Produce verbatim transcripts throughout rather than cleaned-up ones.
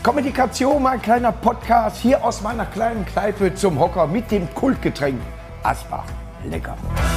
Kommunikation, mein kleiner Podcast hier aus meiner kleinen Kneipe zum Hocker mit dem Kultgetränk Asbach. Lecker.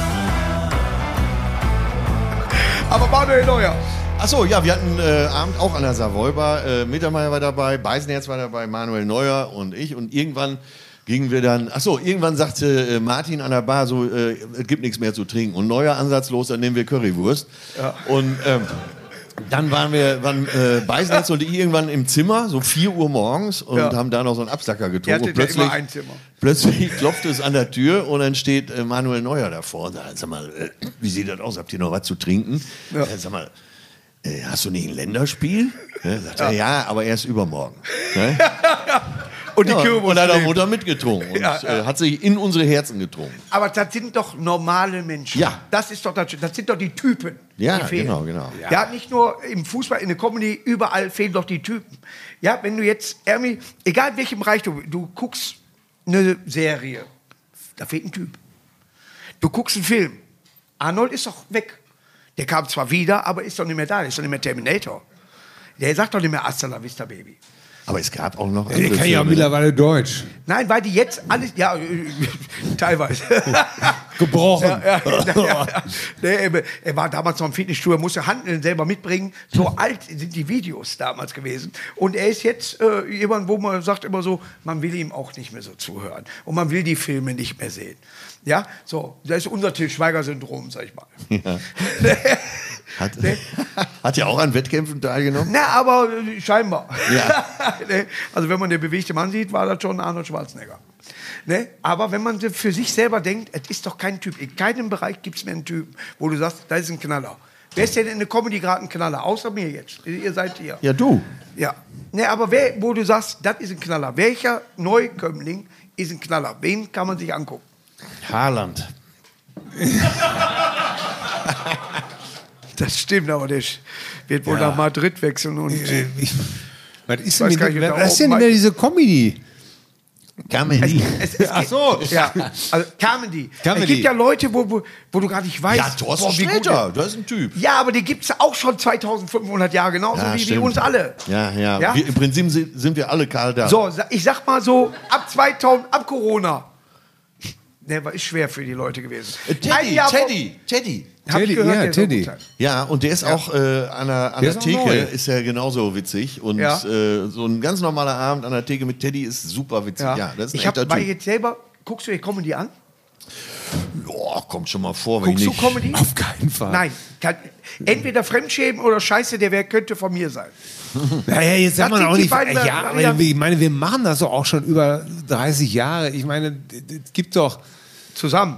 Aber Manuel Neuer. Achso, ja, wir hatten äh, Abend auch an der Savoy Bar. Äh, Mittermeier war dabei, Beisenherz war dabei, Manuel Neuer und ich. Und irgendwann gingen wir dann, achso, irgendwann sagte äh, Martin an der Bar so, äh, es gibt nichts mehr zu trinken. Und Neuer ansatzlos, dann nehmen wir Currywurst. Ja. Und ähm, dann waren wir, waren äh, Beisenherz und ich irgendwann im Zimmer, so vier Uhr morgens und ja. haben da noch so einen Absacker getrunken. Und plötzlich, ein Zimmer. plötzlich klopfte es an der Tür und dann steht äh, Manuel Neuer davor und sagt, sag mal, äh, wie sieht das aus? Habt ihr noch was zu trinken? Ja. Äh, sag mal, äh, hast du nicht ein Länderspiel? Ja, sagt ja. er, ja, aber erst übermorgen. Ne? Und die ja, Kürbis. Und hat auch Mutter mitgetrunken und ja, ja. Äh, hat sich in unsere Herzen getrunken. Aber das sind doch normale Menschen. Ja. Das ist doch das, das sind doch die Typen. Ja, die fehlen. genau, genau. Ja. ja, nicht nur im Fußball, in der Comedy, überall fehlen doch die Typen. Ja, wenn du jetzt, Ermi, egal in welchem Bereich du, du guckst eine Serie, da fehlt ein Typ. Du guckst einen Film, Arnold ist doch weg. Der kam zwar wieder, aber ist doch nicht mehr da, ist doch nicht mehr Terminator. Der sagt doch nicht mehr Hasta la vista, Baby. Aber es gab auch noch andere. Der kann ja auch mittlerweile Deutsch. Nein, weil die jetzt alles, ja, teilweise. Gebrochen. Ja, ja, ja, ja. Nee, er war damals noch im Fitnessstudio, musste Handeln selber mitbringen. So alt sind die Videos damals gewesen. Und er ist jetzt äh, jemand, wo man sagt immer so, man will ihm auch nicht mehr so zuhören. Und man will die Filme nicht mehr sehen. Ja, so, das ist unser Til Schweiger-Syndrom, sag ich mal. Ja. Hat, nee. hat ja auch an Wettkämpfen teilgenommen? Na, aber äh, scheinbar. Ja. Nee. Also wenn man den bewegten Mann sieht, war das schon Arnold Schwarzenegger. Nee. Aber wenn man für sich selber denkt, es ist doch kein Typ. In keinem Bereich gibt es mehr einen Typen, wo du sagst, da ist ein Knaller. Wer ist denn in der Comedy gerade ein Knaller? Außer mir jetzt. Ihr seid hier. Ja, du. Ja. Nee, aber wer, wo du sagst, das ist ein Knaller. Welcher Neukömmling ist ein Knaller? Wen kann man sich angucken? Haaland. Das stimmt, aber der wird wohl ja. nach Madrid wechseln. Und ich, ich, was ist denn, mit, was ist denn immer diese Comedy? Comedy. Es, es, es, Ach so. Ja, also Comedy. Comedy. Es gibt ja Leute, wo, wo, wo du gar nicht weißt. Ja, Thorsten Sträter, das ist ein Typ. Ja, aber die gibt es auch schon zweitausendfünfhundert Jahre, genauso ja, wie, wie uns alle. Ja, ja. ja? Wir, im Prinzip sind wir alle Karl da. So, ich sag mal so, ab zweitausend, ab Corona. Der war ist schwer für die Leute gewesen. Äh, Teddy, Teddy, Teddy. Hab Teddy, ich gehört, ja, Teddy. Ja, und der ist ja. auch äh, an der, an der, der Theke, ist, ist ja genauso witzig. Und ja. äh, so ein ganz normaler Abend an der Theke mit Teddy ist super witzig. Ja, ja das ist ein ich hab, weil jetzt selber, guckst du dir Comedy an? Boah, kommt schon mal vor. Guckst wenn du nicht. Comedy? Auf keinen Fall. Nein, kann, entweder Fremdschämen oder Scheiße, der Werk könnte von mir sein. Naja, jetzt sagt man auch nicht. Beiden, ja, aber ich meine, wir machen das doch auch schon über dreißig Jahre. Ich meine, es gibt doch... Zusammen.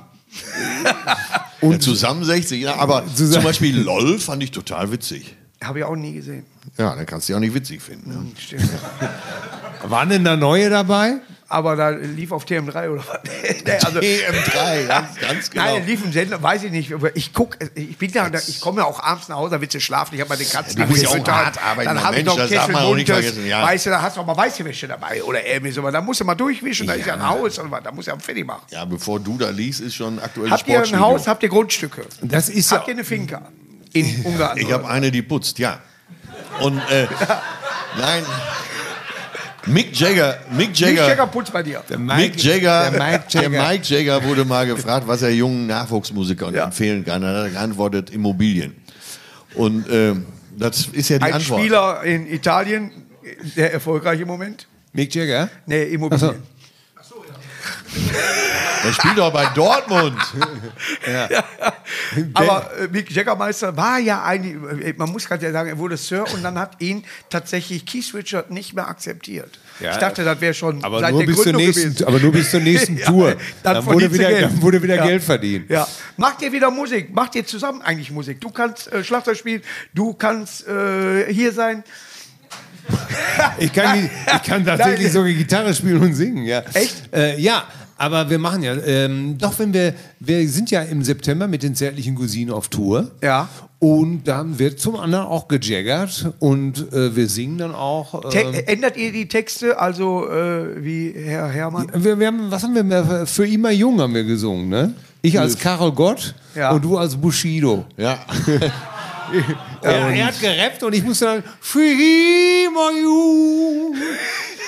Und ja, zusammen sechzig, ja, aber zusammen. Zum Beispiel LOL fand ich total witzig. Habe ich auch nie gesehen. Ja, dann kannst du ja auch nicht witzig finden. Ne? Stimmt. Waren denn da neue dabei? Aber da lief auf T M drei oder was? Nee, also, T M drei, ganz, ganz genau. Nein, lief im Sender, weiß ich nicht. Ich guck, ich bin ja, ich komme ja auch abends nach Hause, da willst du schlafen. Ich habe meine Katzen. Ja, du musst ja auch hart arbeiten. Dann habe ich noch Mensch, Kessel Buntes. Ja. Weißt du, da hast du auch mal weiße Wäsche dabei oder irgendwie so. Da musst du mal durchwischen, da ja. ist ja ein Haus und da musst du ja fertig machen. Ja, bevor du da liest, ist schon aktuell. Habt ihr ein Haus, habt ihr Grundstücke? Das ist habt ihr eine Finca in Ungarn? Ich habe eine, die putzt, ja. Und äh, nein. Mick Jagger, Mick Jagger, Mick Jagger putzt bei dir. Der Mike, Mick Jagger, der Mike Jagger. Der Mike Jagger wurde mal gefragt, was er jungen Nachwuchsmusikern ja. empfehlen kann. Er hat geantwortet, Immobilien. Und äh, das ist ja die Ein Antwort. Ein Spieler in Italien, der erfolgreich im Moment. Mick Jagger? Nee, Immobilien. Ach so. Der spielt doch bei Dortmund. ja. Ja. Aber äh, Mick Jaggermeister war ja eigentlich, man muss gerade ja sagen, er wurde Sir und dann hat ihn tatsächlich Keith Richards nicht mehr akzeptiert. Ja, ich dachte, das wäre schon aber seit nur der bis Gründung zur nächsten, gewesen. Aber nur bis zur nächsten Tour. ja, dann, dann, wurde wieder, Geld. dann wurde wieder ja. Geld verdient. Ja. Macht ihr wieder Musik? Macht ihr zusammen eigentlich Musik? Du kannst äh, Schlagzeug spielen, du kannst äh, hier sein. ich, kann, ich kann tatsächlich sogar Gitarre spielen und singen. Ja. Echt? Äh, ja. Aber wir machen ja, ähm, doch wenn wir, wir sind ja im September mit den zärtlichen Cousinen auf Tour. Ja. Und dann wird zum anderen auch gejaggert und äh, wir singen dann auch. Ähm, ändert ihr die Texte, also äh, wie Herr Herrmann? Wir, wir haben, was haben wir mehr? Für immer jung haben wir gesungen, ne? Ich als Karel Gott ja. und du als Bushido. Ja. Ja, er hat gerappt und ich musste dann für immer jung.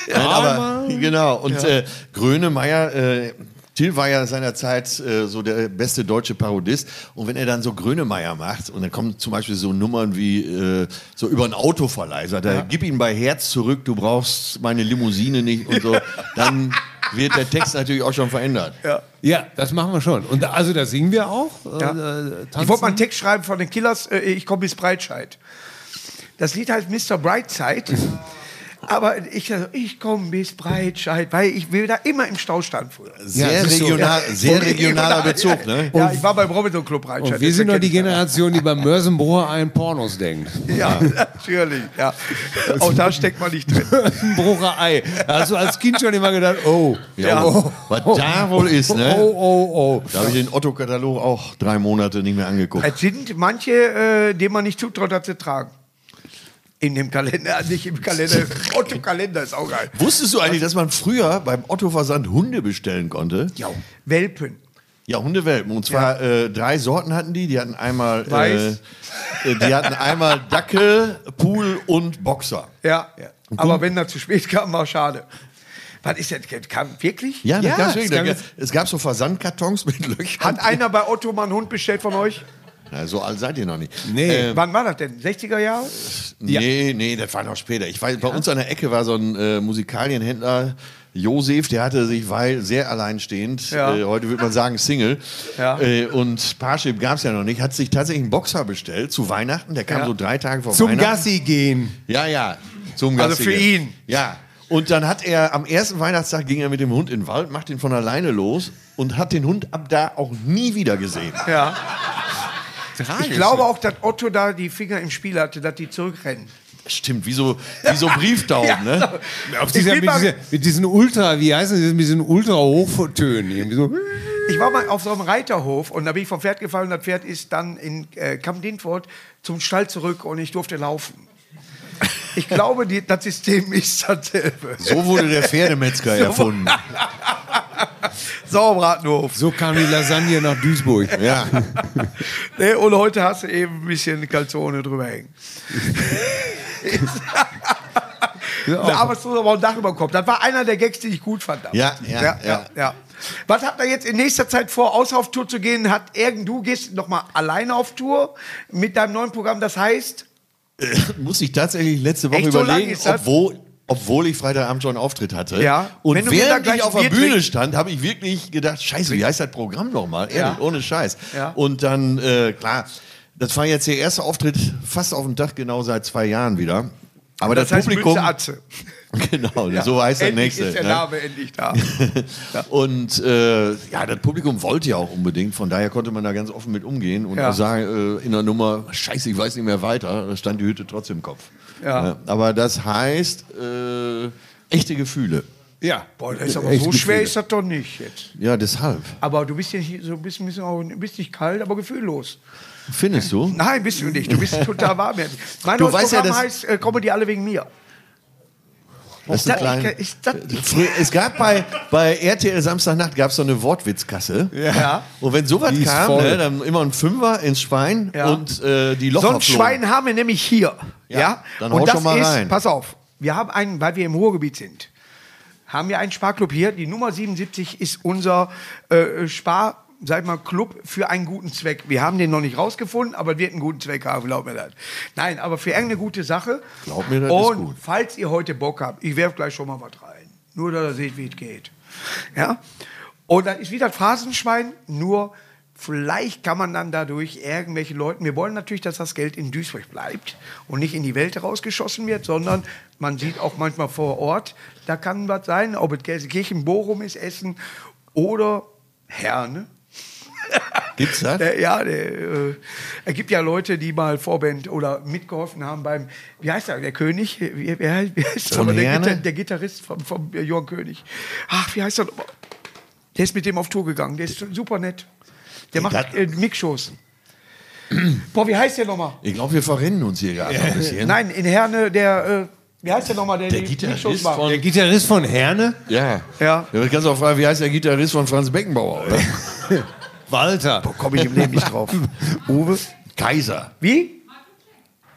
Nein, aber, genau. Und äh, Grönemeyer, äh, Till war ja seinerzeit äh, so der beste deutsche Parodist. Und wenn er dann so Grönemeyer macht und dann kommen zum Beispiel so Nummern wie äh, so über einen Autoverleih, sagt er, gib ihn bei Herz zurück, du brauchst meine Limousine nicht und so, dann wird der Text natürlich auch schon verändert. Ja. Ja, das machen wir schon. Und da, also da singen wir auch. Ja. Äh, Ich wollte mal einen Text schreiben von den Killers, äh, ich komme bis Breitscheid. Das Lied heißt Mister Brightside. Aber ich, ich komme bis Breitscheid, weil ich will da immer im Stau standen früher. Sehr, Ja, siehst du, regional, ja. sehr Und- regionaler Bezug, ne? Ja, ich war beim Robinson Club Breitscheid. Und wir sind das noch die erkennt Generation, die beim Mörsenbrucher einen Pornos denkt. man. Ja, natürlich. Ja. Auch da steckt man nicht drin. Mörsenbrucher Ei. Da hast du als Kind schon immer gedacht, oh. Ja, oh, was da wohl ist, ne? Oh, oh, oh. Da habe ich den Otto-Katalog auch drei Monate nicht mehr angeguckt. Es sind manche, äh, denen man nicht zutraut, dass sie tragen. In dem Kalender, nicht im Kalender. Otto-Kalender ist auch geil. Wusstest du eigentlich, dass man früher beim Otto-Versand Hunde bestellen konnte? Ja. Welpen. Ja, Hundewelpen. Und zwar äh, drei Sorten hatten die. Die hatten einmal, äh, Weiß. äh, die hatten einmal Dackel, Pool und Boxer. Ja, aber wenn er zu spät kam, war schade. Was ist das? Kam wirklich? Ja, das Ja, gab's es wirklich. gab Da- jetzt- es gab so Versandkartons mit Löchern. Hat einer bei Otto mal einen Hund bestellt von euch? Na, so alt seid ihr noch nicht. Nee. Wann war das denn? sechziger Jahre? Nee, nee, das war noch später. Ich weiß, bei uns an der Ecke war so ein äh, Musikalienhändler, Josef, der hatte sich, weil sehr alleinstehend, Ja. äh, heute würde man sagen Single, Ja. äh, und Parship gab es ja noch nicht, hat sich tatsächlich einen Boxer bestellt zu Weihnachten. Der kam Ja. so drei Tage vor Zum Weihnachten. Gassi gehen. Ja, ja, zum Also Gassi für gehen. ihn. Ja. Und dann hat er am ersten Weihnachtstag ging er mit dem Hund in den Wald, macht ihn von alleine los und hat den Hund ab da auch nie wieder gesehen. Ja. Ich glaube auch, dass Otto da die Finger im Spiel hatte, dass die zurückrennen. Stimmt, wie so, wie so Brieftauben, ne? Auf dieser, will mit, mal- dieser, mit diesen Ultra, wie heißen die, mit diesen Ultra-Hochtönen. Irgendwie so. Ich war mal auf so einem Reiterhof und da bin ich vom Pferd gefallen und das Pferd ist dann in äh, Kamp Dintfurt zum Stall zurück und ich durfte laufen. Ich glaube, die, das System ist dasselbe. So wurde der Pferdemetzger erfunden. Sauerbratenhof. So kam die Lasagne nach Duisburg. Ja. Ne, und heute hast du eben ein bisschen Calzone drüber hängen. Aber es ist aber ein Dach über dem Kopf. Das war einer der Gags, die ich gut fand. damals. Ja, ja, ja, ja. ja. Was habt ihr jetzt in nächster Zeit vor, außer auf Tour zu gehen? Hat irgend, du gehst noch mal alleine auf Tour mit deinem neuen Programm, das heißt? Muss ich tatsächlich letzte Woche Echt, so lang überlegen, ist das? obwohl, obwohl ich Freitagabend schon einen Auftritt hatte. Ja. Und Wenn du mir da während gleich ich auf ein der Bier Bühne trinkst. stand, habe ich wirklich gedacht, scheiße, wie heißt das Programm nochmal? Ehrlich, Ja. ohne Scheiß. Ja. Und dann, äh, klar, das war jetzt der erste Auftritt fast auf den Tag, genau seit zwei Jahren wieder. Aber das, Das heißt Publikum... Münze Atze. Genau, so heißt der Endlich nächste. ist der ne? Name endlich da. Und äh, ja, das Publikum wollte ja auch unbedingt, von daher konnte man da ganz offen mit umgehen und Ja. auch sagen, äh, in der Nummer, scheiße, ich weiß nicht mehr weiter, da stand die Hütte trotzdem im Kopf. Ja. Aber das heißt, äh, echte Gefühle. Ja. Boah, das ist aber Echt so Gefühle. schwer ist das doch nicht jetzt. Ja, deshalb. Aber du bist ja hier so ein bisschen, bisschen, auch, bist nicht kalt, aber gefühllos. Findest du? Nein, bist du nicht. Du bist total warm. Mein Du neues weißt ja, Programm dass- heißt, äh, kommen die alle wegen mir. Das ist ein klein, ist das, Früher, es gab bei, bei R T L Samstagnacht gab es so eine Wortwitzkasse. Ja. Und wenn sowas Die ist kam, voll. ne, dann immer ein Fünfer ins Schwein Ja. und äh, die Locher So ein flogen. Schwein haben wir nämlich hier. Ja, Ja, dann hau und das schon mal ist, rein. pass auf, wir haben einen, weil wir im Ruhrgebiet sind, haben wir einen Sparclub hier. Die Nummer siebenundsiebzig ist unser äh, Spar, sag mal, Club für einen guten Zweck. Wir haben den noch nicht rausgefunden, aber wird einen guten Zweck haben, glaub mir das. Nein, aber für irgendeine gute Sache. Glaub mir, das und ist gut. falls ihr heute Bock habt, ich werfe gleich schon mal was rein. Nur, dass ihr seht, wie es geht. Ja? Und dann ist wieder das Phrasenschwein, nur vielleicht kann man dann dadurch irgendwelche Leuten, wir wollen natürlich, dass das Geld in Duisburg bleibt und nicht in die Welt rausgeschossen wird, sondern man sieht auch manchmal vor Ort, da kann was sein, ob es Gelsenkirchen, Bochum ist, Essen oder Herne. Gibt's das? Der, ja, der, äh, es gibt ja Leute, die mal Vorband oder mitgeholfen haben beim, wie heißt er, der König? Wie, wie, wie heißt Von der, der, Herne? Gitar, der Gitarrist vom, vom äh, Johann König. Ach, wie heißt er? Der ist mit dem auf Tour gegangen, der ist super nett. Der macht das- äh, Mixshows. Boah, wie heißt der nochmal? Ich glaube, wir verrennen uns hier gerade ein bisschen. Nein, in Herne, der, äh, wie heißt der nochmal, der, Der die Gitarrist Mixshows macht? von- Der Gitarrist von Herne? Ja. Ja. Ja, du kannst auch fragen, wie heißt der Gitarrist von Franz Beckenbauer, oder? Walter. Komme ich im Leben nicht drauf. Uwe? Kaiser. Wie?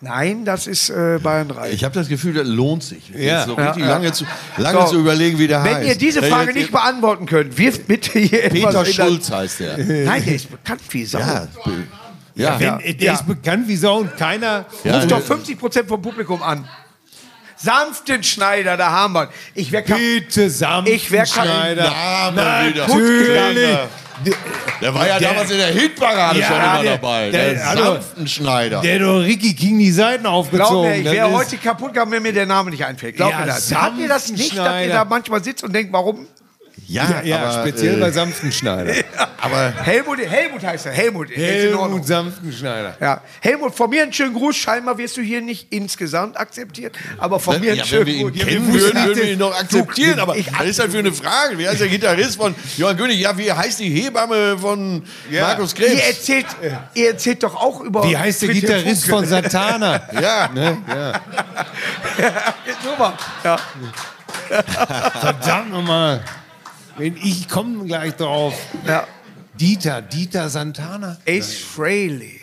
Nein, das ist äh, Bayern drei. Ich habe das Gefühl, das lohnt sich. Ja. Jetzt so richtig Ja, ja. lange, zu, lange So, zu überlegen, wie der Wenn heißt. ihr diese Der- Frage der- nicht beantworten könnt, wirft bitte hier Peter etwas in Schulz heißt der. der... Nein, der ist bekannt wie Sau. Ja, ja. Wenn, Ja. Der Ja. ist bekannt wie Sau und keiner. Ja. Ruf doch fünfzig Prozent vom Publikum an. Sanften Schneider, da haben wir ihn. Ich wäre kap- Bitte Ich wär kein Schneider. Name wieder. Natürlich. Der war ja Der- damals in der Hitparade Ja, schon immer der- dabei. der- Der, also- Sanftenschneider. Der hat doch Ricky King die Seiten Glaub aufgezogen. mir, ich Das wäre ist- heute kaputt gegangen, wenn mir der Name nicht einfällt. Glaub Ja, mir das. Habt ihr das nicht, dass ihr Sanftenschneider. da manchmal sitzt und denkt, warum? Ja, Ja, aber, speziell äh, bei sanften Schneider. aber Helmut, Helmut heißt er. Helmut. der ist in Ordnung. Helmut sanften Schneider. Ja. Helmut, von mir einen schönen Gruß. Scheinbar wirst du hier nicht insgesamt akzeptiert, aber von mir einen ja, wenn schönen wir ihn Gruß. kennen würden, würden wir ihn noch akzeptieren. Aber ich- was ist das für eine Frage? Wie heißt der Gitarrist von Johann König? Ja, wie heißt die Hebamme von Markus Ihr Krebs? erzählt, ihr erzählt doch auch über... Wie heißt der Friedhelm Gitarrist Funke. von Satana? Ja, Ne? Ja. Super. Ja. Verdammt nochmal. Wenn ich komme gleich drauf. Ja. Dieter, Dieter Santana. Ace Frehley.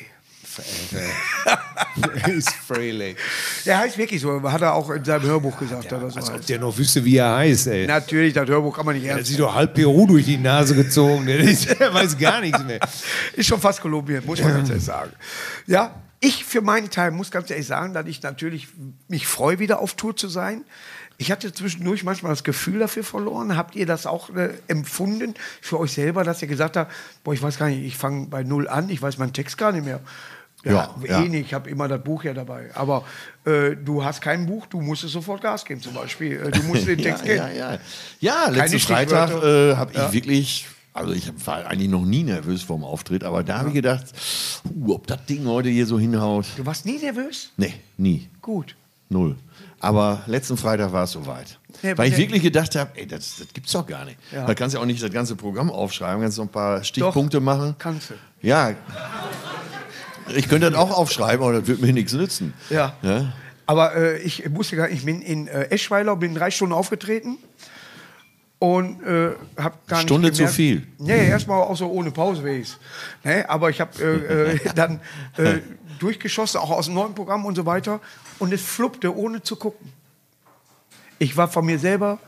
Ist Frehley. Der heißt wirklich so, hat er auch in seinem Hörbuch gesagt. Oder so Als ob heißt. der noch wüsste, wie er heißt, ey. Natürlich, das Hörbuch kann man nicht Er hat ernst sich doch halb Peru durch die Nase gezogen. Der, ist, der weiß gar nichts mehr. Ist schon fast Kolumbien, muss man ganz ehrlich sagen. Ja, ich für meinen Teil muss ganz ehrlich sagen, dass ich natürlich mich freue, wieder auf Tour zu sein. Ich hatte zwischendurch manchmal das Gefühl dafür verloren. Habt ihr das auch äh, empfunden für euch selber, dass ihr gesagt habt, boah, ich weiß gar nicht, ich fange bei Null an, ich weiß meinen Text gar nicht mehr. Ja, Ja, eh ja. nicht, ich habe immer das Buch ja dabei. Aber äh, du hast kein Buch, du musstest sofort Gas geben zum Beispiel. Äh, du musst den Text ja, kennen. ja, ja. Ja, letzten Stichwörter. Freitag äh, habe ich Ja. wirklich, also ich war eigentlich noch nie nervös vorm Auftritt, aber da habe ich gedacht, uh, ob das Ding heute hier so hinhaut. Du warst nie nervös? Nee, nie. Gut. Null. Aber letzten Freitag war es soweit. Ja, Weil ich der- wirklich gedacht habe, ey, das, das gibt's doch gar nicht. Ja. Da kannst du ja auch nicht das ganze Programm aufschreiben, kannst noch ein paar Stichpunkte machen. Kannst du. Ja. Ich könnte das auch aufschreiben, aber das wird mir nichts nützen. Ja. Ja? Aber äh, ich wusste gar nicht, ich bin in äh, Eschweiler, bin drei Stunden aufgetreten und äh, habe gar Stunde nicht zu gemerkt, viel. Nee, erstmal auch so ohne Pause weiß. Ne? Aber ich habe äh, äh, dann äh, durchgeschossen, auch aus dem neuen Programm und so weiter. Und es fluppte, ohne zu gucken. Ich war von mir selber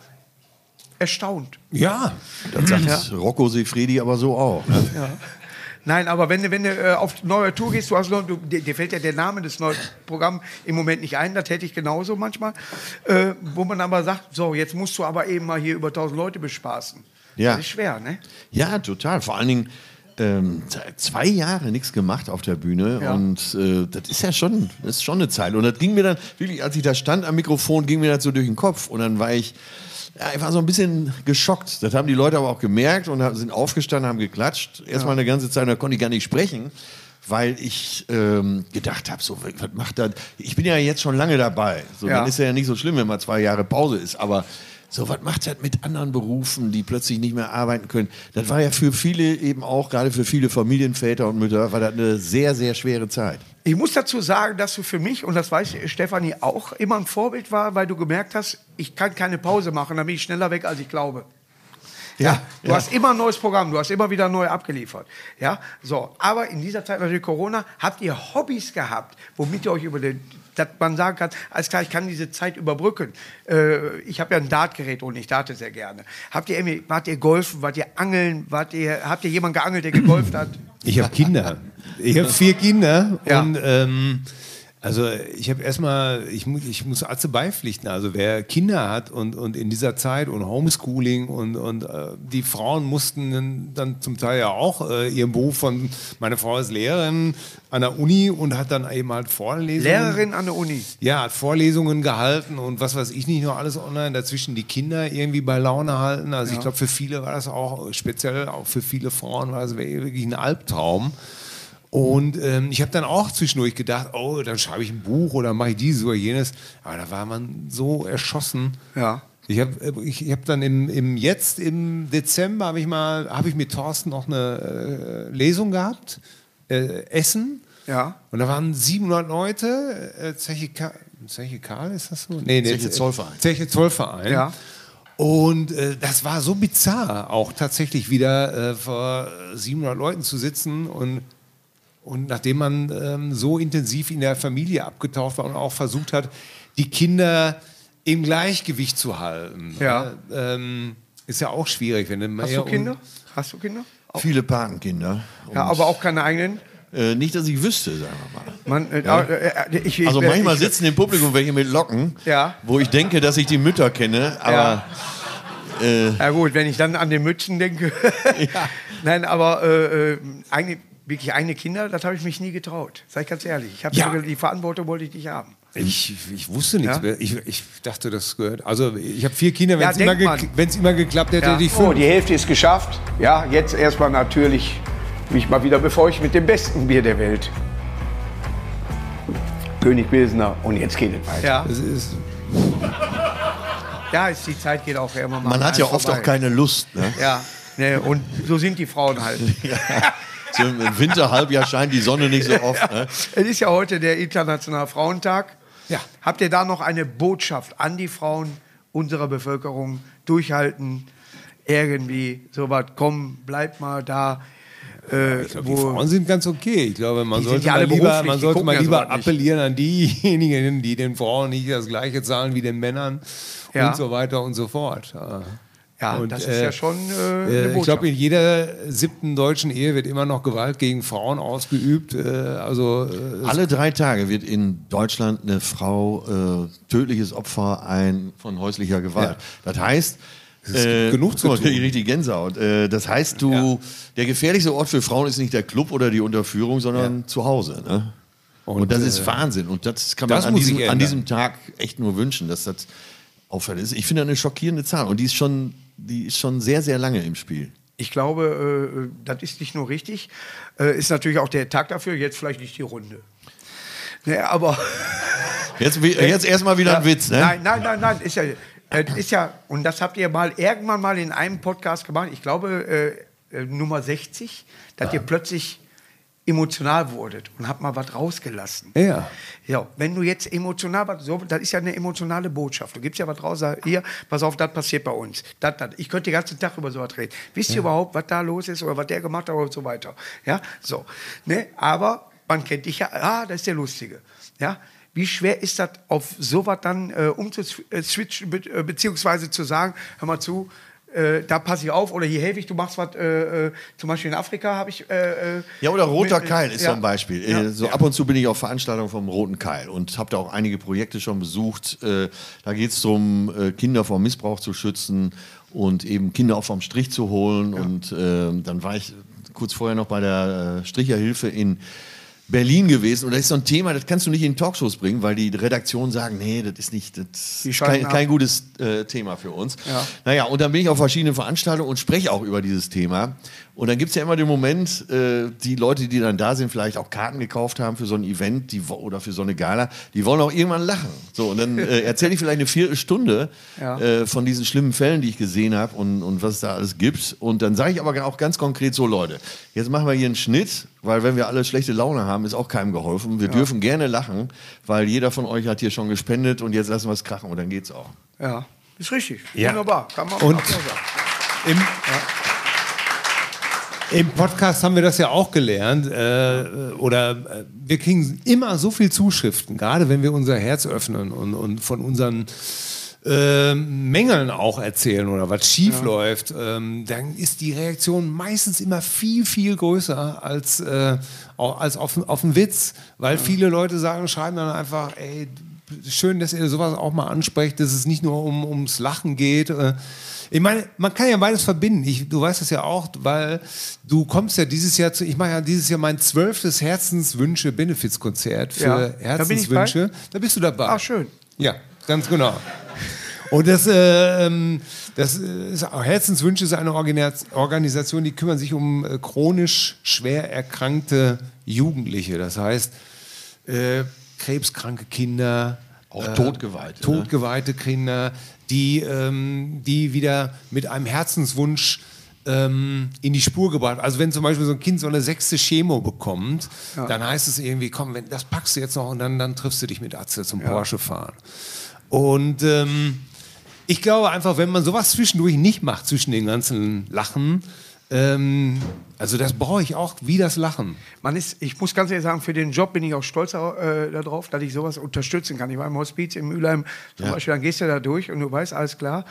erstaunt. Ja. Das sagt Rocco Siffredi aber so auch. Ne? Nein, aber wenn du, wenn du äh, auf neue Tour gehst, du hast noch, du, dir, dir fällt ja der Name des neuen Programms im Moment nicht ein, das hätte ich genauso manchmal, äh, wo man aber sagt, so, jetzt musst du aber eben mal hier über tausend Leute bespaßen. Ja. Das ist schwer, ne? Ja, total. Vor allen Dingen ähm, zwei Jahre nichts gemacht auf der Bühne Ja. und äh, das ist ja schon, das ist schon eine Zeit. Und das ging mir dann, wirklich, als ich da stand am Mikrofon, ging mir das so durch den Kopf und dann war ich, ja, ich war so ein bisschen geschockt. Das haben die Leute aber auch gemerkt und haben- sind aufgestanden, haben geklatscht. Erstmal eine ganze Zeit, da konnte ich gar nicht sprechen, weil ich ähm, gedacht habe, so, was macht das? Ich bin ja jetzt schon lange dabei. So, Ja. Dann ist ja nicht so schlimm, wenn mal zwei Jahre Pause ist. Aber so, was macht das mit anderen Berufen, die plötzlich nicht mehr arbeiten können? Das war ja für viele eben auch, gerade für viele Familienväter und Mütter, war das eine sehr, sehr schwere Zeit. Ich muss dazu sagen, dass du für mich, und das weiß Stefanie auch, immer ein Vorbild war, weil du gemerkt hast, ich kann keine Pause machen, dann bin ich schneller weg, als ich glaube. Ja, du ja. hast immer ein neues Programm, du hast immer wieder neu abgeliefert. Ja, so. Aber in dieser Zeit natürlich Corona, habt ihr Hobbys gehabt, womit ihr euch über den, dass man sagen kann, alles klar, ich kann diese Zeit überbrücken. Äh, ich habe ja ein Dartgerät und ich darte sehr gerne. Habt ihr irgendwie, wart ihr golfen, wart ihr angeln, wart ihr, habt ihr jemanden geangelt, der gegolft hat? Ich habe Kinder. Ich habe vier Kinder. Ja. Und ähm, also ich habe erstmal, ich, mu ich muss Atze beipflichten. Also wer Kinder hat und, und in dieser Zeit und Homeschooling und, und äh, die Frauen mussten dann zum Teil ja auch äh, ihren Beruf von, meine Frau ist Lehrerin an der Uni und hat dann eben halt Vorlesungen. Lehrerin an der Uni. Ja, hat Vorlesungen gehalten und was weiß ich nicht, nur alles online, dazwischen die Kinder irgendwie bei Laune halten. Also ich glaube, für viele war das auch, speziell auch für viele Frauen war das wirklich ein Albtraum. Und ähm, ich habe dann auch zwischendurch gedacht, oh, dann schreibe ich ein Buch oder mache ich dieses oder jenes. Aber da war man so erschossen. Ja. Ich habe ich, ich hab dann im, im jetzt im Dezember habe ich mal habe ich mit Thorsten noch eine äh, Lesung gehabt, äh, Essen. Ja. Und da waren siebenhundert Leute. Äh, Zeche, Ka Zeche Karl ist das so? Nee, nee, Zeche Zollverein. Zeche Zollverein. Ja. Und äh, das war so bizarr, auch tatsächlich wieder äh, vor siebenhundert Leuten zu sitzen und Und nachdem man ähm, so intensiv in der Familie abgetaucht war und auch versucht hat, die Kinder im Gleichgewicht zu halten. Ja. Äh, ähm, ist ja auch schwierig. Wenn du Hast du Kinder? Hast du Kinder? Viele Patenkinder. Ja, aber auch keine eigenen? Äh, nicht, dass ich wüsste, sagen wir mal. Man, äh, ja. äh, ich, ich, Also ich, manchmal ich, sitzen im Publikum welche mit Locken, Ja. wo ich denke, dass ich die Mütter kenne, aber Ja. äh, Ja gut, wenn ich dann an den Mützen denke. Ja. Nein, aber äh, äh, eigene, wirklich eigene Kinder, das habe ich mich nie getraut. Sag ich ganz ehrlich. Ich hab Ja. die Verantwortung wollte ich nicht haben. Ich, ich wusste nichts Ja? mehr. Ich, ich dachte, das gehört. Also, ich habe vier Kinder. Wenn Ja, es immer, denkt ge man. wenn's immer geklappt hätte, Ja. hätte ich So, fünf. die Hälfte ist geschafft. Ja, jetzt erstmal natürlich mich mal wieder befeucht mit dem besten Bier der Welt. König Pilsner. Und jetzt geht es weiter. Ja, Das ist, ja ist, die Zeit geht auch immer mal. man hat ja oft vorbei. auch keine Lust. Ne? Ja, ne, und so sind die Frauen halt. So im Winterhalbjahr scheint die Sonne nicht so oft. Ne? Es ist ja heute der Internationale Frauentag. Ja. Habt ihr da noch eine Botschaft an die Frauen unserer Bevölkerung? Durchhalten, irgendwie sowas, komm, bleibt mal da. Äh, ich glaube, wo- die Frauen sind ganz okay. Ich glaube, man Die sind sollte ja mal alle lieber, beruflich, man die sollte gucken mal ja lieber sowas nicht. appellieren an diejenigen, die den Frauen nicht das Gleiche zahlen wie den Männern Ja. und so weiter und so fort. Ja. Ja, Und, das ist äh, ja schon äh, eine Äh, ich Botschaft. glaube, in jeder siebten deutschen Ehe wird immer noch Gewalt gegen Frauen ausgeübt. Äh, also äh, Alle drei Tage wird in Deutschland eine Frau äh, tödliches Opfer ein, von häuslicher Gewalt. Das heißt, äh, genug zu guck mal, tun. krieg ich richtig Gänsehaut. Äh, das heißt, du, Ja. der gefährlichste Ort für Frauen ist nicht der Club oder die Unterführung, sondern zu Hause. Ne? Und, Und, das äh, ist Wahnsinn. Und das kann man das an muss sich diesem, an ändern. diesem Tag echt nur wünschen, dass das aufhört. Ich finde das eine schockierende Zahl. Und die ist schon, die ist schon sehr, sehr lange im Spiel. Ich glaube, äh, das ist nicht nur richtig. Äh, ist natürlich auch der Tag dafür, jetzt vielleicht nicht die Runde. Ne, aber. Jetzt, jetzt erstmal wieder ein Witz, ne? Nein, nein, nein, nein. Ist ja, äh, ist ja, und das habt ihr mal irgendwann mal in einem Podcast gemacht, ich glaube, äh, äh, Nummer sechzig, dass ihr plötzlich emotional wurdet und habt mal was rausgelassen. Ja. Ja, wenn du jetzt emotional was, so, das ist ja eine emotionale Botschaft. Du gibst ja was raus, sag, hier, pass auf, das passiert bei uns. Das, das. Ich könnte den ganzen Tag über sowas reden. Wisst ihr überhaupt, was da los ist oder was der gemacht hat und so weiter? Ja, so. Ne? Aber man kennt dich ja, ah, das ist der Lustige. Ja. Wie schwer ist das, auf sowas dann äh, umzuswitchen, be äh, beziehungsweise zu sagen, hör mal zu, äh, da passe ich auf oder hier helfe ich, du machst was, äh, äh, zum Beispiel in Afrika habe ich... Äh, äh, Ja, oder Roter mit- Keil ist ja. so ein Beispiel. Ja. Äh, So ab und zu bin ich auf Veranstaltungen vom Roten Keil und habe da auch einige Projekte schon besucht. Äh, Da geht es darum, äh, Kinder vor Missbrauch zu schützen und eben Kinder auch vom Strich zu holen. Und äh, dann war ich kurz vorher noch bei der äh, Stricherhilfe in Berlin gewesen. Und das ist so ein Thema, das kannst du nicht in Talkshows bringen, weil die Redaktionen sagen, nee, das ist nicht, das Die ist schalten kein, ab. kein gutes äh, Thema für uns. Ja. Naja, und dann bin ich auf verschiedenen Veranstaltungen und spreche auch über dieses Thema. Und dann gibt es ja immer den Moment, äh, die Leute, die dann da sind, vielleicht auch Karten gekauft haben für so ein Event die, wo- oder für so eine Gala, die wollen auch irgendwann lachen. So, und dann äh, erzähle ich vielleicht eine Viertelstunde Ja. äh, von diesen schlimmen Fällen, die ich gesehen habe und, und was es da alles gibt. Und dann sage ich aber auch ganz konkret so, Leute, jetzt machen wir hier einen Schnitt, weil wenn wir alle schlechte Laune haben, ist auch keinem geholfen. Wir dürfen gerne lachen, weil jeder von euch hat hier schon gespendet und jetzt lassen wir es krachen und dann geht's auch. Ja, ist richtig. Ja. Wunderbar. Kann man Und- auch so sagen. Im, Im Podcast haben wir das ja auch gelernt. Äh, oder äh, wir kriegen immer so viel Zuschriften, gerade wenn wir unser Herz öffnen und, und von unseren äh, Mängeln auch erzählen oder was schief ja. läuft, ähm, dann ist die Reaktion meistens immer viel, viel größer als, äh, auch, als auf, auf einen Witz. Weil ja. viele Leute sagen, schreiben dann einfach, ey, schön, dass ihr sowas auch mal ansprecht, dass es nicht nur um, ums Lachen geht. Äh, Ich meine, man kann ja beides verbinden. Ich, du weißt es ja auch, weil du kommst ja dieses Jahr zu, ich mache ja dieses Jahr mein zwölftes Herzenswünsche-Benefizkonzert für Ja, Herzenswünsche. da bin ich bei. Da bist du dabei. Ach, schön. Ja, ganz genau. Und das, äh, das ist, Herzenswünsche ist eine Organisation, die kümmern sich um äh, chronisch schwer erkrankte Jugendliche. Das heißt, äh, krebskranke Kinder, Auch äh, Totgeweihte. Totgeweihte Kinder, die, ähm, die wieder mit einem Herzenswunsch ähm, in die Spur gebracht. Also wenn zum Beispiel so ein Kind so eine sechste Chemo bekommt, ja. dann heißt es irgendwie, komm, wenn, das packst du jetzt noch und dann, dann triffst du dich mit Atze zum ja. Porsche fahren. Und ähm, ich glaube einfach, wenn man sowas zwischendurch nicht macht, zwischen den ganzen Lachen, Ähm, also das brauche ich auch, wie das Lachen. Man ist, ich muss ganz ehrlich sagen, für den Job bin ich auch stolz äh, darauf, dass ich sowas unterstützen kann. Ich war im Hospiz in Mülheim zum Ja. Beispiel, dann gehst du da durch und du weißt, alles klar,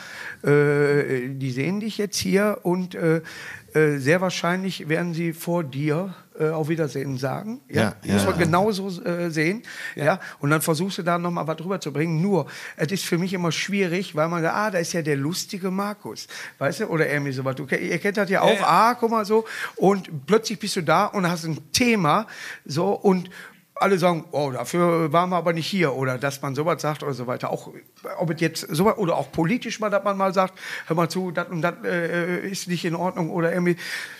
äh, die sehen dich jetzt hier und äh, äh, sehr wahrscheinlich werden sie vor dir äh, auf Wiedersehen sagen. Ja, Ja, ja, muss man ja. genauso äh, sehen. Ja. Ja. Und dann versuchst du da nochmal was drüber zu bringen. Nur, es ist für mich immer schwierig, weil man sagt, ah, da ist ja der lustige Markus. Weißt du? Oder irgendwie sowas. Du, ihr kennt das ja auch, Ja, ja. ah, guck mal so. Und plötzlich bist du da und hast ein Thema so und alle sagen, oh, dafür waren wir aber nicht hier oder dass man sowas sagt oder so weiter. Auch ob es jetzt sowas oder auch politisch mal, dass man mal sagt, hör mal zu, das und das äh, ist nicht in Ordnung oder irgendwie.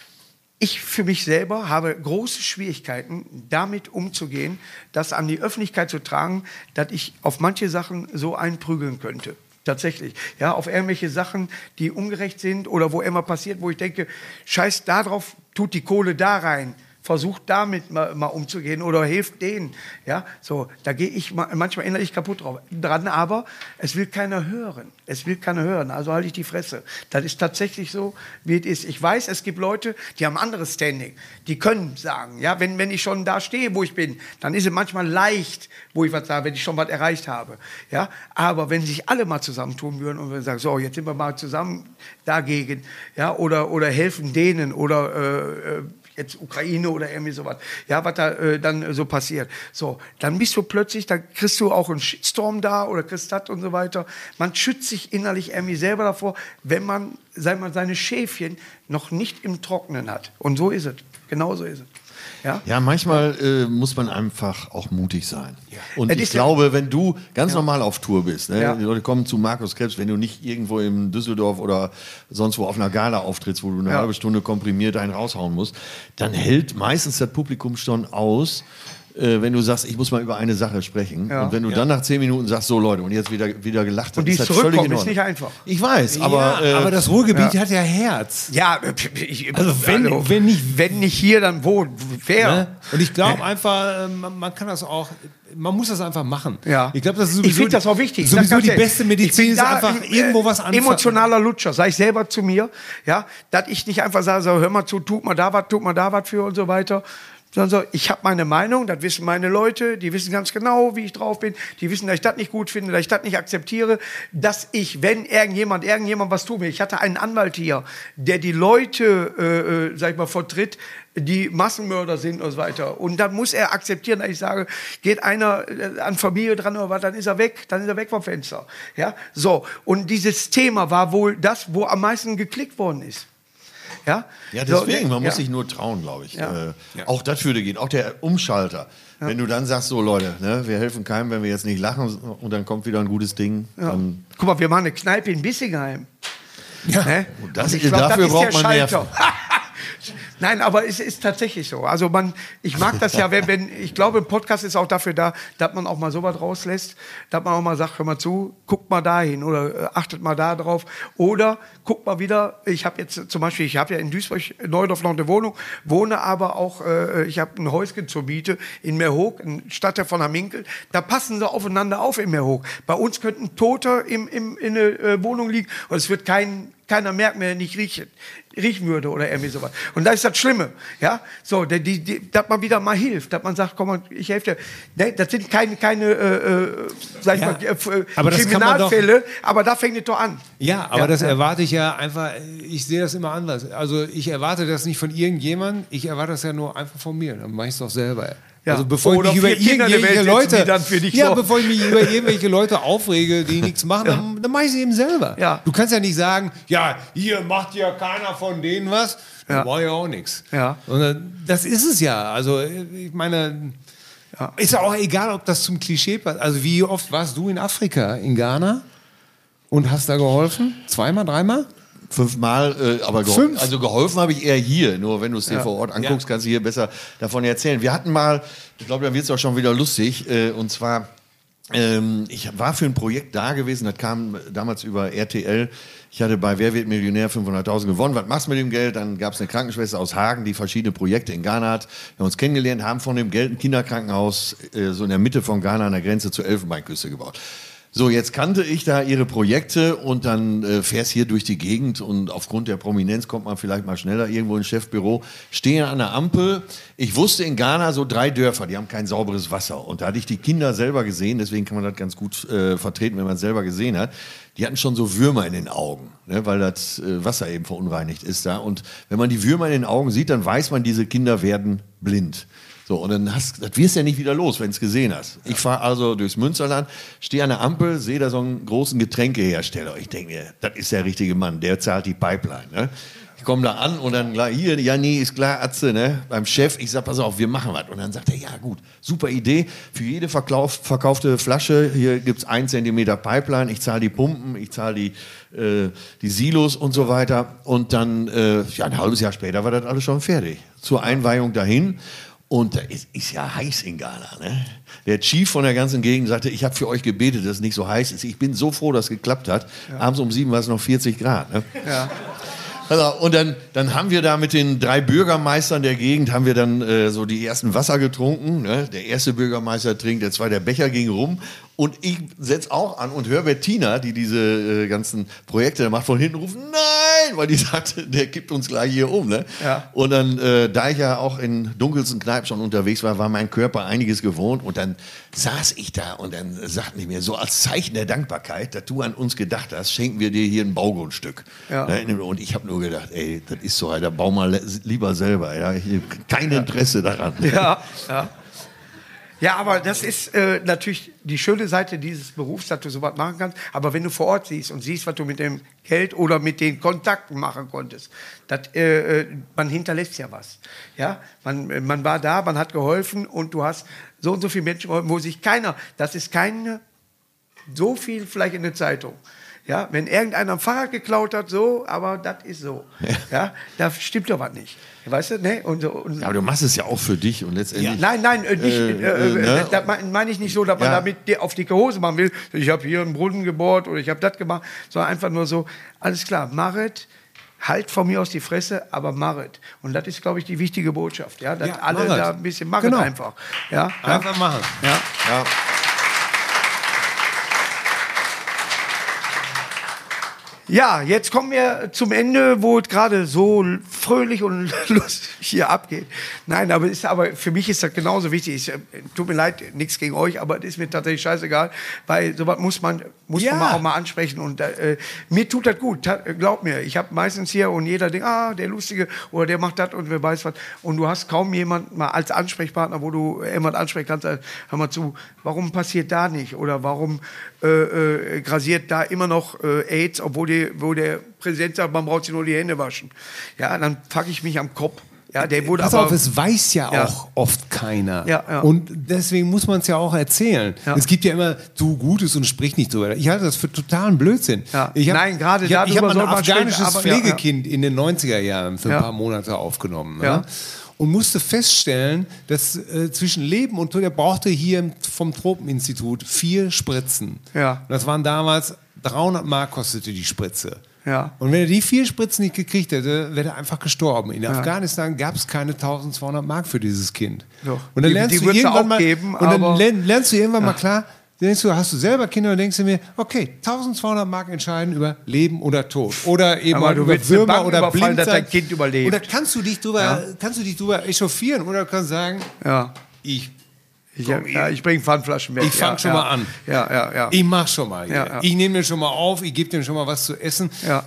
Ich für mich selber habe große Schwierigkeiten, damit umzugehen, das an die Öffentlichkeit zu tragen, dass ich auf manche Sachen so einprügeln könnte. Tatsächlich. Ja, auf irgendwelche Sachen, die ungerecht sind oder wo immer passiert, wo ich denke, scheiß da drauf, tut die Kohle da rein. Versucht damit mal, mal umzugehen oder hilft denen. Ja, so, da gehe ich ma- manchmal innerlich kaputt drauf, dran, aber es will keiner hören. Es will keiner hören, also halte ich die Fresse. Das ist tatsächlich so, wie es ist. Ich weiß, es gibt Leute, die haben anderes Standing. Die können sagen, ja, wenn, wenn ich schon da stehe, wo ich bin, dann ist es manchmal leicht, wo ich was sage, wenn ich schon was erreicht habe. Ja, aber wenn sich alle mal zusammentun würden und wir sagen, so, jetzt sind wir mal zusammen dagegen, ja, oder, oder helfen denen oder äh, äh, jetzt Ukraine oder irgendwie sowas, ja, was da äh, dann so passiert. So, dann bist du plötzlich, da kriegst du auch einen Shitstorm da oder kriegst das und so weiter. Man schützt sich innerlich irgendwie selber davor, wenn man, sag mal, seine Schäfchen noch nicht im Trocknen hat. Und so ist es. Genau so ist es. Ja? Ja, manchmal äh, muss man einfach auch mutig sein. Und Es ich ist ja- glaube, wenn du ganz normal auf Tour bist, ne, Ja. die Leute kommen zu Markus Krebs, wenn du nicht irgendwo in Düsseldorf oder sonst wo auf einer Gala auftrittst, wo du eine Ja. halbe Stunde komprimiert einen raushauen musst, dann hält meistens das Publikum schon aus, äh, wenn du sagst, ich muss mal über eine Sache sprechen. Ja. Und wenn du dann nach zehn Minuten sagst, so Leute, und jetzt wieder, wieder gelacht, dann Und die ist das völlig zurückkommen, in ist Ordnung. nicht einfach. Ich weiß, aber, ja, äh, aber das Ruhrgebiet hat ja Herz. Ja, ich, Also wenn- wenn nicht- wenn nicht hier, dann wo? Wer? Ne? Und ich glaube einfach, äh, man, man kann das auch, man muss das einfach machen. Ja. Ich glaube, das ist Ich sowieso, finde das auch wichtig. Ich sag Sowieso ganz die ehrlich, beste ich Medizin bin ist da, einfach äh, irgendwo was anfangen. Emotionaler Lutscher, sage ich selber zu mir, ja, dass ich nicht einfach sage, so, hör mal zu, tut mal da was, tut mal da was für und so weiter. Sondern so, ich habe meine Meinung, das wissen meine Leute, die wissen ganz genau, wie ich drauf bin, die wissen, dass ich das nicht gut finde, dass ich das nicht akzeptiere, dass ich, wenn irgendjemand, irgendjemand was tut mir, ich hatte einen Anwalt hier, der die Leute, äh, äh, sag ich mal, vertritt, die Massenmörder sind und so weiter. Und dann muss er akzeptieren, dass ich sage, geht einer äh, an Familie dran oder was, dann ist er weg, dann ist er weg vom Fenster. Ja, so. Und dieses Thema war wohl das, wo am meisten geklickt worden ist. Ja, Ja, deswegen, so, man muss ja. sich nur trauen, glaube ich. Ja. Äh, Auch das würde gehen, auch der Umschalter. Wenn du dann sagst, so Leute, ne, wir helfen keinem, wenn wir jetzt nicht lachen und dann kommt wieder ein gutes Ding. Ja. Dann, Guck mal, wir machen eine Kneipe in Bissingheim. Ja. Ne? Und das- ich dafür ist braucht der man Schalter. Nein, aber es ist tatsächlich so. Also man, ich mag das ja, wenn, wenn ich glaube, ein Podcast ist auch dafür da, dass man auch mal sowas rauslässt, dass man auch mal sagt, hör mal zu, guckt mal dahin oder äh, achtet mal da drauf oder guckt mal wieder, ich habe jetzt zum Beispiel, ich habe ja in Duisburg-Neudorf noch eine Wohnung, wohne aber auch, äh, ich habe ein Häuschen zur Miete in Meerhoek, ein Stadtteil von Hamminkel, da passen sie aufeinander auf in Meerhoek. Bei uns könnte ein Toter im, im, in eine äh, Wohnung liegen und es wird kein keiner merkt, wenn er nicht riechen, riechen würde oder irgendwie sowas. Und das ist das Schlimme, ja, so, die, die, die, dass man wieder mal hilft, dass man sagt, komm mal, ich helfe dir. Ne, das sind keine, keine äh, äh, sag ich Ja, mal, äh, aber das kann man doch- Kriminalfälle, aber da fängt es doch an. Ja, aber Ja, das ja. erwarte ich ja einfach, ich sehe das immer anders. Also ich erwarte das nicht von irgendjemandem, ich erwarte das ja nur einfach von mir, dann mache ich es doch selber. Ja. Also bevor Oder ich mich über vier Kinder in der irgendwelche Welt setzen, Leute, die dann für dich ja, sorgen. bevor ich mich über irgendwelche Leute aufrege, die nichts machen, dann, dann mache ich es eben selber. Ja. Du kannst ja nicht sagen, ja, hier macht ja keiner von denen was, Ja. dann mache ich auch nichts. Ja. Und das ist es ja. Also ich meine, Ja. ist ja auch egal, ob das zum Klischee passt. Also wie oft warst du in Afrika, in Ghana und hast da geholfen? Zweimal, dreimal? fünfmal, äh, aber gehol Fünf? also geholfen habe ich eher hier. Nur wenn du es dir vor Ort anguckst, Ja. kannst du hier besser davon erzählen. Wir hatten mal, ich glaube, dann wird es auch schon wieder lustig, äh, und zwar, ähm, ich war für ein Projekt da gewesen, das kam damals über R T L. Ich hatte bei Wer wird Millionär fünfhunderttausend gewonnen. Was machst du mit dem Geld? Dann gab es eine Krankenschwester aus Hagen, die verschiedene Projekte in Ghana hat. Wir haben uns kennengelernt, haben von dem Geld ein Kinderkrankenhaus äh, so in der Mitte von Ghana an der Grenze zur Elfenbeinküste gebaut. So, jetzt kannte ich da ihre Projekte und dann äh, fährst hier durch die Gegend und aufgrund der Prominenz kommt man vielleicht mal schneller irgendwo ins Chefbüro, stehe an der Ampel. Ich wusste in Ghana so drei Dörfer, die haben kein sauberes Wasser. Und da hatte ich die Kinder selber gesehen, deswegen kann man das ganz gut äh, vertreten, wenn man es selber gesehen hat. Die hatten schon so Würmer in den Augen, ne, weil das äh, Wasser eben verunreinigt ist da. Und wenn man die Würmer in den Augen sieht, dann weiß man, diese Kinder werden blind. So, und dann hast, das wirst du ja nicht wieder los, wenn du es gesehen hast. Ich fahre also durchs Münsterland, stehe an der Ampel, sehe da so einen großen Getränkehersteller. Ich denke mir, das ist der richtige Mann, der zahlt die Pipeline. Ne? Ich komme da an und dann gleich, hier, ja, nee, ist klar, Atze, ne? Beim Chef, ich sag, pass auf, wir machen was. Und dann sagt er, ja gut, super Idee, für jede verkauf, verkaufte Flasche, hier gibt's ein Zentimeter Pipeline, ich zahle die Pumpen, ich zahle die, äh, die Silos und so weiter. Und dann, äh, ja, ein halbes Jahr später war das alles schon fertig. Zur Einweihung dahin. Und da ist, ist ja heiß in Ghana. Ne? Der Chief von der ganzen Gegend sagte, ich habe für euch gebetet, dass es nicht so heiß ist. Ich bin so froh, dass es geklappt hat. Ja. Abends um sieben war es noch vierzig Grad. Ne? Ja. Also, und dann, dann haben wir da mit den drei Bürgermeistern der Gegend, haben wir dann äh, so die ersten Wasser getrunken. Ne? Der erste Bürgermeister trinkt, der zweite, der Becher ging rum. Und ich setz auch an und höre Bettina, die diese äh, ganzen Projekte macht, von hinten rufen, nein, weil die sagte, der kippt uns gleich hier um. Ne? Ja. Und dann, äh, da ich ja auch in dunkelsten Kneipen schon unterwegs war, war mein Körper einiges gewohnt. Und dann saß ich da und dann sagten die mir, so als Zeichen der Dankbarkeit, dass du an uns gedacht hast, schenken wir dir hier ein Baugrundstück. Ja. Ne? Und ich habe nur gedacht, ey, das ist so, Alter, bau mal lieber selber. Ja? Ich habe kein Interesse daran. Ja, ja. Ja, aber das ist äh, natürlich die schöne Seite dieses Berufs, dass du sowas machen kannst. Aber wenn du vor Ort siehst und siehst, was du mit dem Geld oder mit den Kontakten machen konntest, das, äh, man hinterlässt ja was. Ja, man, man war da, man hat geholfen und du hast so und so viele Menschen geholfen, wo sich keiner, das ist keine, so viel vielleicht in der Zeitung. Ja, wenn irgendeiner ein Fahrrad geklaut hat, so, aber das ist so. Ja, ja, da stimmt doch was nicht. Weißt du, ne? Und so, und ja, aber du machst es ja auch für dich und letztendlich. Ja, nein, nein, äh, nicht, äh, äh, ne? Das meine ich nicht so, dass man ja. damit auf dicke Hose machen will. Ich habe hier einen Brunnen gebohrt oder ich habe das gemacht, sondern einfach nur so, alles klar, Marit, halt von mir aus die Fresse, aber Marit. Und das ist, glaube ich, die wichtige Botschaft, ja, dass ja, alle Marit. Da ein bisschen machen genau. einfach. Ja, einfach machen. Ja. ja. Ja, jetzt kommen wir zum Ende, wo es gerade so fröhlich und lustig hier abgeht. Nein, aber, ist, aber für mich ist das genauso wichtig. Ich, tut mir leid, nichts gegen euch, aber es ist mir tatsächlich scheißegal, weil sowas muss man, muss ja. man auch mal ansprechen. Und äh, mir tut das gut, glaub mir. Ich habe meistens hier und jeder denkt, ah, der Lustige oder der macht das und wer weiß was. Und du hast kaum jemanden mal als Ansprechpartner, wo du jemand ansprechen kannst, hör mal zu, warum passiert da nicht? Oder warum äh, äh, grasiert da immer noch äh, AIDS, obwohl die wo der Präsident sagt, man braucht sich nur die Hände waschen. Ja, dann fuck ich mich am Kopf. Ja, der wurde Pass aber, auf, es weiß ja, ja auch oft keiner. Ja, ja. Und deswegen muss man es ja auch erzählen. Ja. Es gibt ja immer, tu Gutes und sprich nicht drüber. Ich halte das für totalen Blödsinn. Ja. Ich hab, Nein, gerade ich habe hab ein afghanisches sprechen, aber, Pflegekind ja, ja. in den neunziger Jahren für ein paar Monate aufgenommen. Ne? Ja. Und musste feststellen, dass äh, zwischen Leben und Tod, er brauchte hier vom Tropeninstitut vier Spritzen. Ja. Und das waren damals, dreihundert Mark kostete die Spritze. Ja. Und wenn er die vier Spritzen nicht gekriegt hätte, wäre er einfach gestorben. In ja. Afghanistan gab es keine eintausendzweihundert Mark für dieses Kind. Doch. Und dann lernst die, die du irgendwann mal, geben, und dann lern, lernst du irgendwann ja. mal klar, denkst du, hast du selber Kinder und denkst du mir, okay, eintausendzweihundert Mark entscheiden über Leben oder Tod. Oder eben aber du über willst Würmer oder Blindheit, dass dein Kind überlebt. Oder kannst du dich drüber, ja. kannst du dich drüber echauffieren oder kannst sagen, ja. ich Ich, ja, ich bringe Pfandflaschen weg. Ich fange ja, schon ja. mal an. Ja, ja, ja. Ich mach schon mal. Ja, ja. Ich nehme den schon mal auf, ich gebe dem schon mal was zu essen. Ja.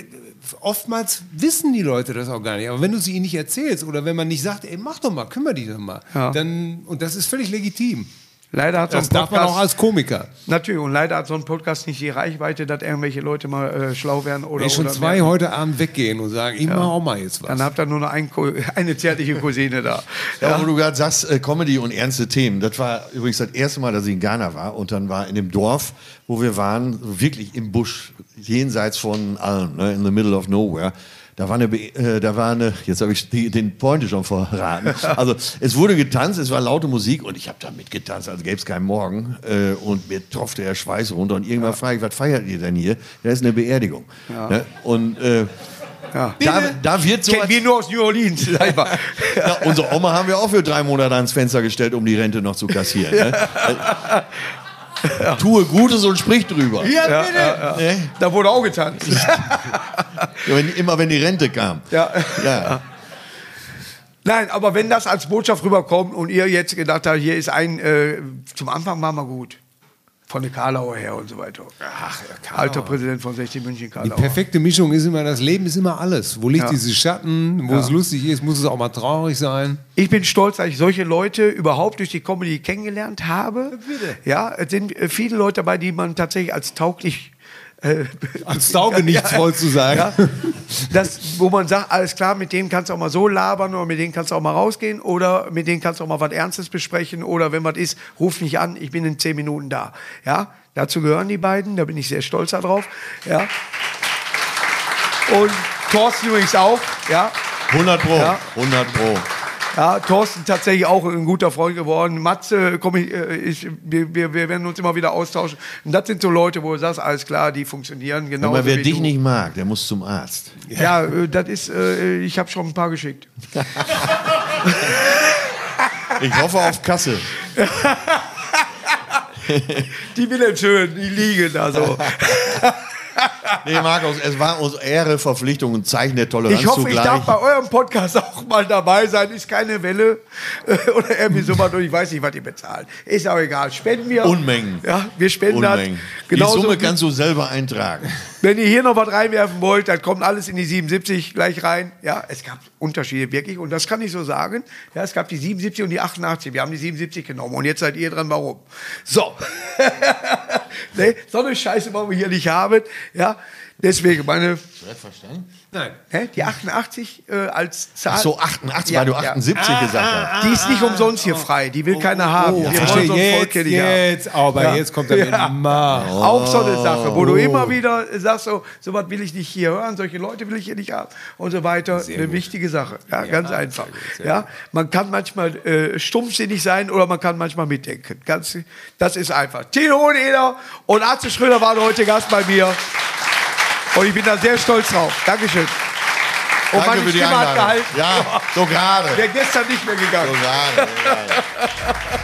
Oftmals wissen die Leute das auch gar nicht. Aber wenn du sie ihnen nicht erzählst oder wenn man nicht sagt, ey, mach doch mal, kümmere dich doch mal, ja. dann, und das ist völlig legitim. Leider hat so ein das darf Podcast, man auch als Komiker. Natürlich, und leider hat so ein Podcast nicht die Reichweite, dass irgendwelche Leute mal äh, schlau werden. Oder, wenn schon oder zwei mehr. heute Abend weggehen und sagen, ich ja. mache auch mal jetzt was. Dann habt ihr nur noch ein, eine zärtliche Cousine da. Ja, ja. Wo du gerade sagst, äh, Comedy und ernste Themen. Das war übrigens das erste Mal, dass ich in Ghana war. Und dann war in dem Dorf, wo wir waren, wirklich im Busch, jenseits von allem, ne, in the middle of nowhere. Da war eine, äh, da war eine, jetzt habe ich die, den Pointe schon verraten. Also es wurde getanzt, es war laute Musik und ich habe da mitgetanzt, also gäbe es keinen Morgen. Äh, und mir tropfte der Schweiß runter und irgendwann ja. frage ich, was feiert ihr denn hier? Da ist eine Beerdigung. Ja. Ne? Und äh, ja. da, da wird so. Kennen wir nur aus New Orleans. Ja, unsere Oma haben wir auch für drei Monate ans Fenster gestellt, um die Rente noch zu kassieren. Ne? Tue Gutes und sprich drüber. Ja, bitte. Ja, ja. Da wurde auch getanzt. Ja, wenn, immer wenn die Rente kam. Ja. Ja. Nein, aber wenn das als Botschaft rüberkommt und ihr jetzt gedacht habt, hier ist ein, äh, zum Anfang machen wir gut. Von der Karlauer her und so weiter. Ach, alter Präsident von sechzig München, Die Karlauer. perfekte Mischung ist immer, das Leben ist immer alles. Wo liegt Ja. diese Schatten, wo Ja. es lustig ist, muss es auch mal traurig sein. Ich bin stolz, dass ich solche Leute überhaupt durch die Comedy kennengelernt habe. Bitte. Ja, es sind äh, viele Leute dabei, die man tatsächlich als tauglich äh, Als taugenichts zu sagen. Ja, das, wo man sagt, alles klar, mit denen kannst du auch mal so labern oder mit denen kannst du auch mal rausgehen oder mit denen kannst du auch mal was Ernstes besprechen oder wenn was ist, ruf mich an, ich bin in zehn Minuten da. Ja, dazu gehören die beiden, da bin ich sehr stolz darauf. Ja. Und Thorsten übrigens auch. Ja. hundert Pro. Ja. hundert Pro. Ja, Thorsten tatsächlich auch ein guter Freund geworden. Matze, komm ich, äh, ich, wir, wir, wir werden uns immer wieder austauschen. Und das sind so Leute, wo du sagst, alles klar, die funktionieren genau. Aber wer dich du. nicht mag, der muss zum Arzt. Ja, äh, das ist, äh, ich habe schon ein paar geschickt. Ich hoffe auf Kasse. Die will schön, die liegen da so. Nee, Markus, es war uns Ehre, Verpflichtung und Zeichen der Toleranz Ich hoffe, ich zugleich. darf bei eurem Podcast auch mal dabei sein. Ist keine Welle äh, oder irgendwie sowas. Und ich weiß nicht, was ihr bezahlt. Ist auch egal. Spenden wir. Unmengen. Ja, wir spenden Unmengen. das. Die Genauso Summe wie- kannst du selber eintragen. Wenn ihr hier noch was reinwerfen wollt, dann kommt alles in die siebenundsiebzig gleich rein. Ja, es gab Unterschiede wirklich und das kann ich so sagen. Ja, es gab die siebenundsiebzig und die achtundachtzig. Wir haben die siebenundsiebzig genommen und jetzt seid ihr dran, warum? So. Nee, so eine Scheiße wollen wir hier nicht haben. Ja, deswegen meine... Verstanden? Nein. Hä? Die achtundachtzig äh, als Zahl. Ach so, achtundachtzig, Ja, weil du ja. achtundsiebzig gesagt hast. Die ist nicht umsonst hier frei. Die will keiner haben. Oh, Wir verstehe, wollen so ein Volk jetzt, hier nicht haben. jetzt, aber Ja. jetzt kommt er mit Ja. Ma. Auch so eine Sache, wo du Oh. immer wieder sagst, so, so was will ich nicht hier hören, solche Leute will ich hier nicht haben und so weiter. Sehr Eine gut. wichtige Sache, ja, ganz einfach. sehr gut, sehr Ja, man kann manchmal äh, stumpfsinnig sein oder man kann manchmal mitdenken. Ganz, das ist einfach. Tino Hoheneder und Atze Schröder waren heute Gast bei mir und ich bin da sehr stolz drauf. Dankeschön. Und Danke meine für die Stimme hat Einladung. gehalten. Ja, so gerade. Wäre gestern nicht mehr gegangen. So gerade. so gerade.